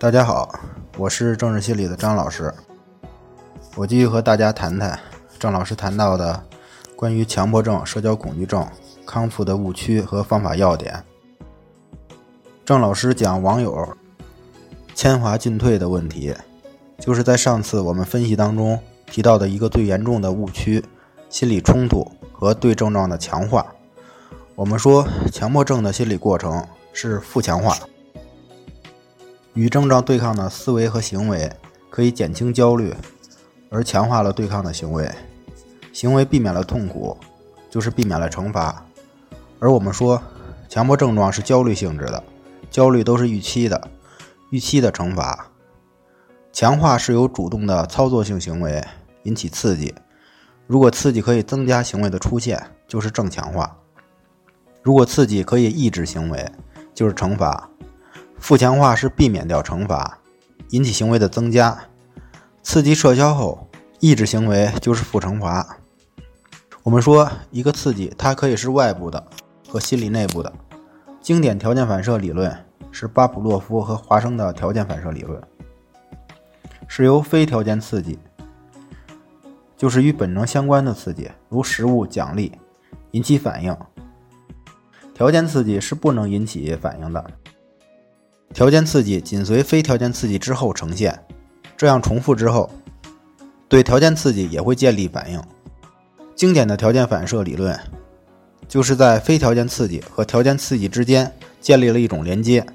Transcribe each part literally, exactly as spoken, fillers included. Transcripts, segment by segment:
大家好，我是政治心理的张老师。我继续和大家谈谈郑老师谈到的关于强迫症、社交恐惧症康复的误区和方法要点。郑老师讲网友铅华进退的问题，就是在上次我们分析当中提到的一个最严重的误区，心理冲突和对症状的强化。我们说强迫症的心理过程是负强化，与症状对抗的思维和行为可以减轻焦虑，而强化了对抗的行为，行为避免了痛苦，就是避免了惩罚。而我们说强迫症状是焦虑性质的，焦虑都是预期的，预期的惩罚。强化是由主动的操作性行为引起刺激，如果刺激可以增加行为的出现，就是正强化；如果刺激可以抑制行为，就是惩罚。负强化是避免掉惩罚，引起行为的增加。刺激撤销后，抑制行为就是负惩罚。我们说一个刺激它可以是外部的和心理内部的。经典条件反射理论是巴甫洛夫和华生的条件反射理论，是由非条件刺激，就是与本能相关的刺激，如食物、奖励引起反应。条件刺激是不能引起反应的，条件刺激紧随非条件刺激之后呈现，这样重复之后，对条件刺激也会建立反应。经典的条件反射理论就是在非条件刺激和条件刺激之间建立了一种连接。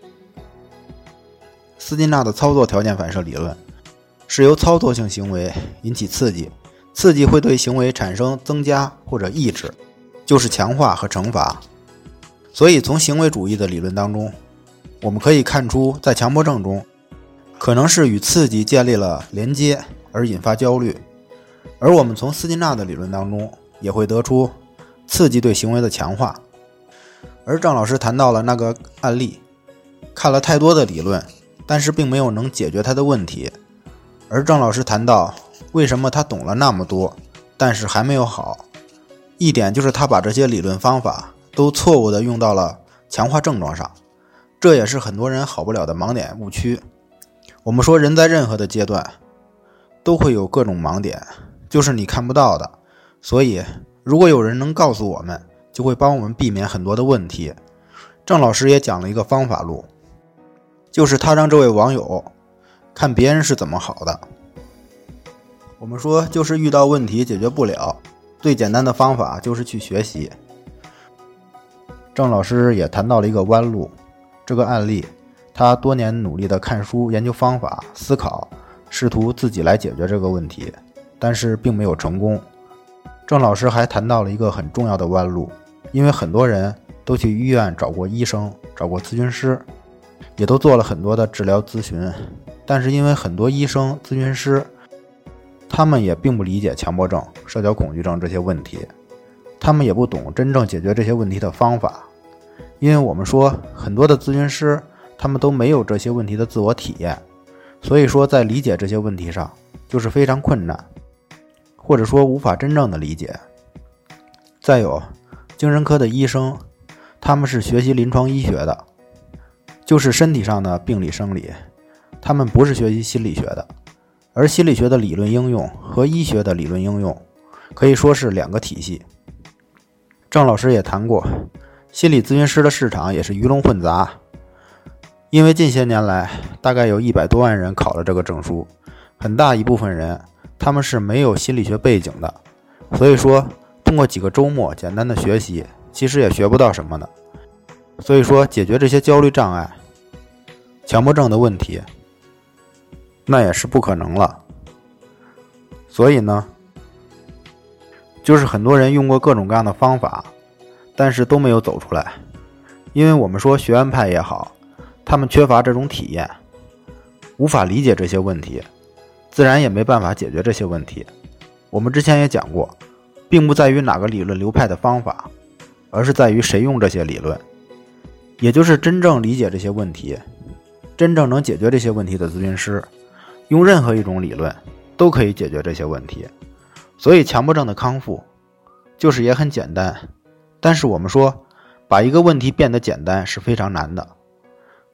斯金纳的操作条件反射理论是由操作性行为引起刺激，刺激会对行为产生增加或者抑制，就是强化和惩罚。所以从行为主义的理论当中，我们可以看出，在强迫症中可能是与刺激建立了连接而引发焦虑，而我们从斯金纳的理论当中也会得出刺激对行为的强化。而郑老师谈到了那个案例，看了太多的理论，但是并没有能解决他的问题。而郑老师谈到为什么他懂了那么多，但是还没有好，一点就是他把这些理论方法都错误地用到了强化症状上，这也是很多人好不了的盲点误区。我们说人在任何的阶段都会有各种盲点，就是你看不到的，所以如果有人能告诉我们，就会帮我们避免很多的问题。郑老师也讲了一个方法论，就是他让这位网友看别人是怎么好的。我们说就是遇到问题解决不了，最简单的方法就是去学习。郑老师也谈到了一个弯路，这个案例他多年努力的看书、研究方法、思考，试图自己来解决这个问题，但是并没有成功。郑老师还谈到了一个很重要的弯路，因为很多人都去医院找过医生，找过咨询师，也都做了很多的治疗咨询，但是因为很多医生、咨询师他们也并不理解强迫症、社交恐惧症这些问题，他们也不懂真正解决这些问题的方法。因为我们说很多的咨询师他们都没有这些问题的自我体验，所以说在理解这些问题上就是非常困难，或者说无法真正的理解。再有精神科的医生，他们是学习临床医学的，就是身体上的病理生理，他们不是学习心理学的。而心理学的理论应用和医学的理论应用可以说是两个体系。郑老师也谈过，心理咨询师的市场也是鱼龙混杂，因为近些年来大概有一百多万人考了这个证书，很大一部分人他们是没有心理学背景的，所以说通过几个周末简单的学习其实也学不到什么的。所以说解决这些焦虑障碍、强迫症的问题那也是不可能了。所以呢，就是很多人用过各种各样的方法，但是都没有走出来。因为我们说学院派也好，他们缺乏这种体验，无法理解这些问题，自然也没办法解决这些问题。我们之前也讲过，并不在于哪个理论流派的方法，而是在于谁用这些理论，也就是真正理解这些问题、真正能解决这些问题的咨询师，用任何一种理论都可以解决这些问题。所以强迫症的康复就是也很简单，但是我们说把一个问题变得简单是非常难的。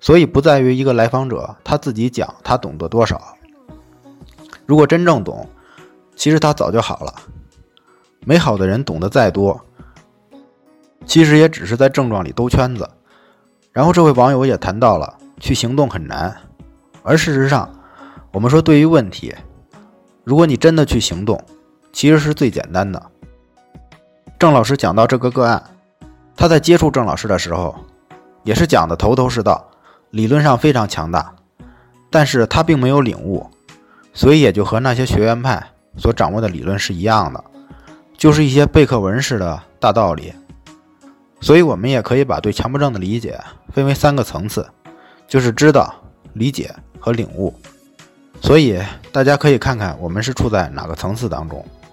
所以不在于一个来访者他自己讲他懂得多少，如果真正懂，其实他早就好了。没好的人懂得再多，其实也只是在症状里兜圈子。然后这位网友也谈到了去行动很难，而事实上我们说对于问题，如果你真的去行动，其实是最简单的。郑老师讲到这个个案，他在接触郑老师的时候也是讲的头头是道，理论上非常强大，但是他并没有领悟，所以也就和那些学院派所掌握的理论是一样的，就是一些背课文式的大道理。所以我们也可以把对强迫症的理解分为三个层次，就是知道、理解和领悟。所以大家可以看看我们是处在哪个层次当中。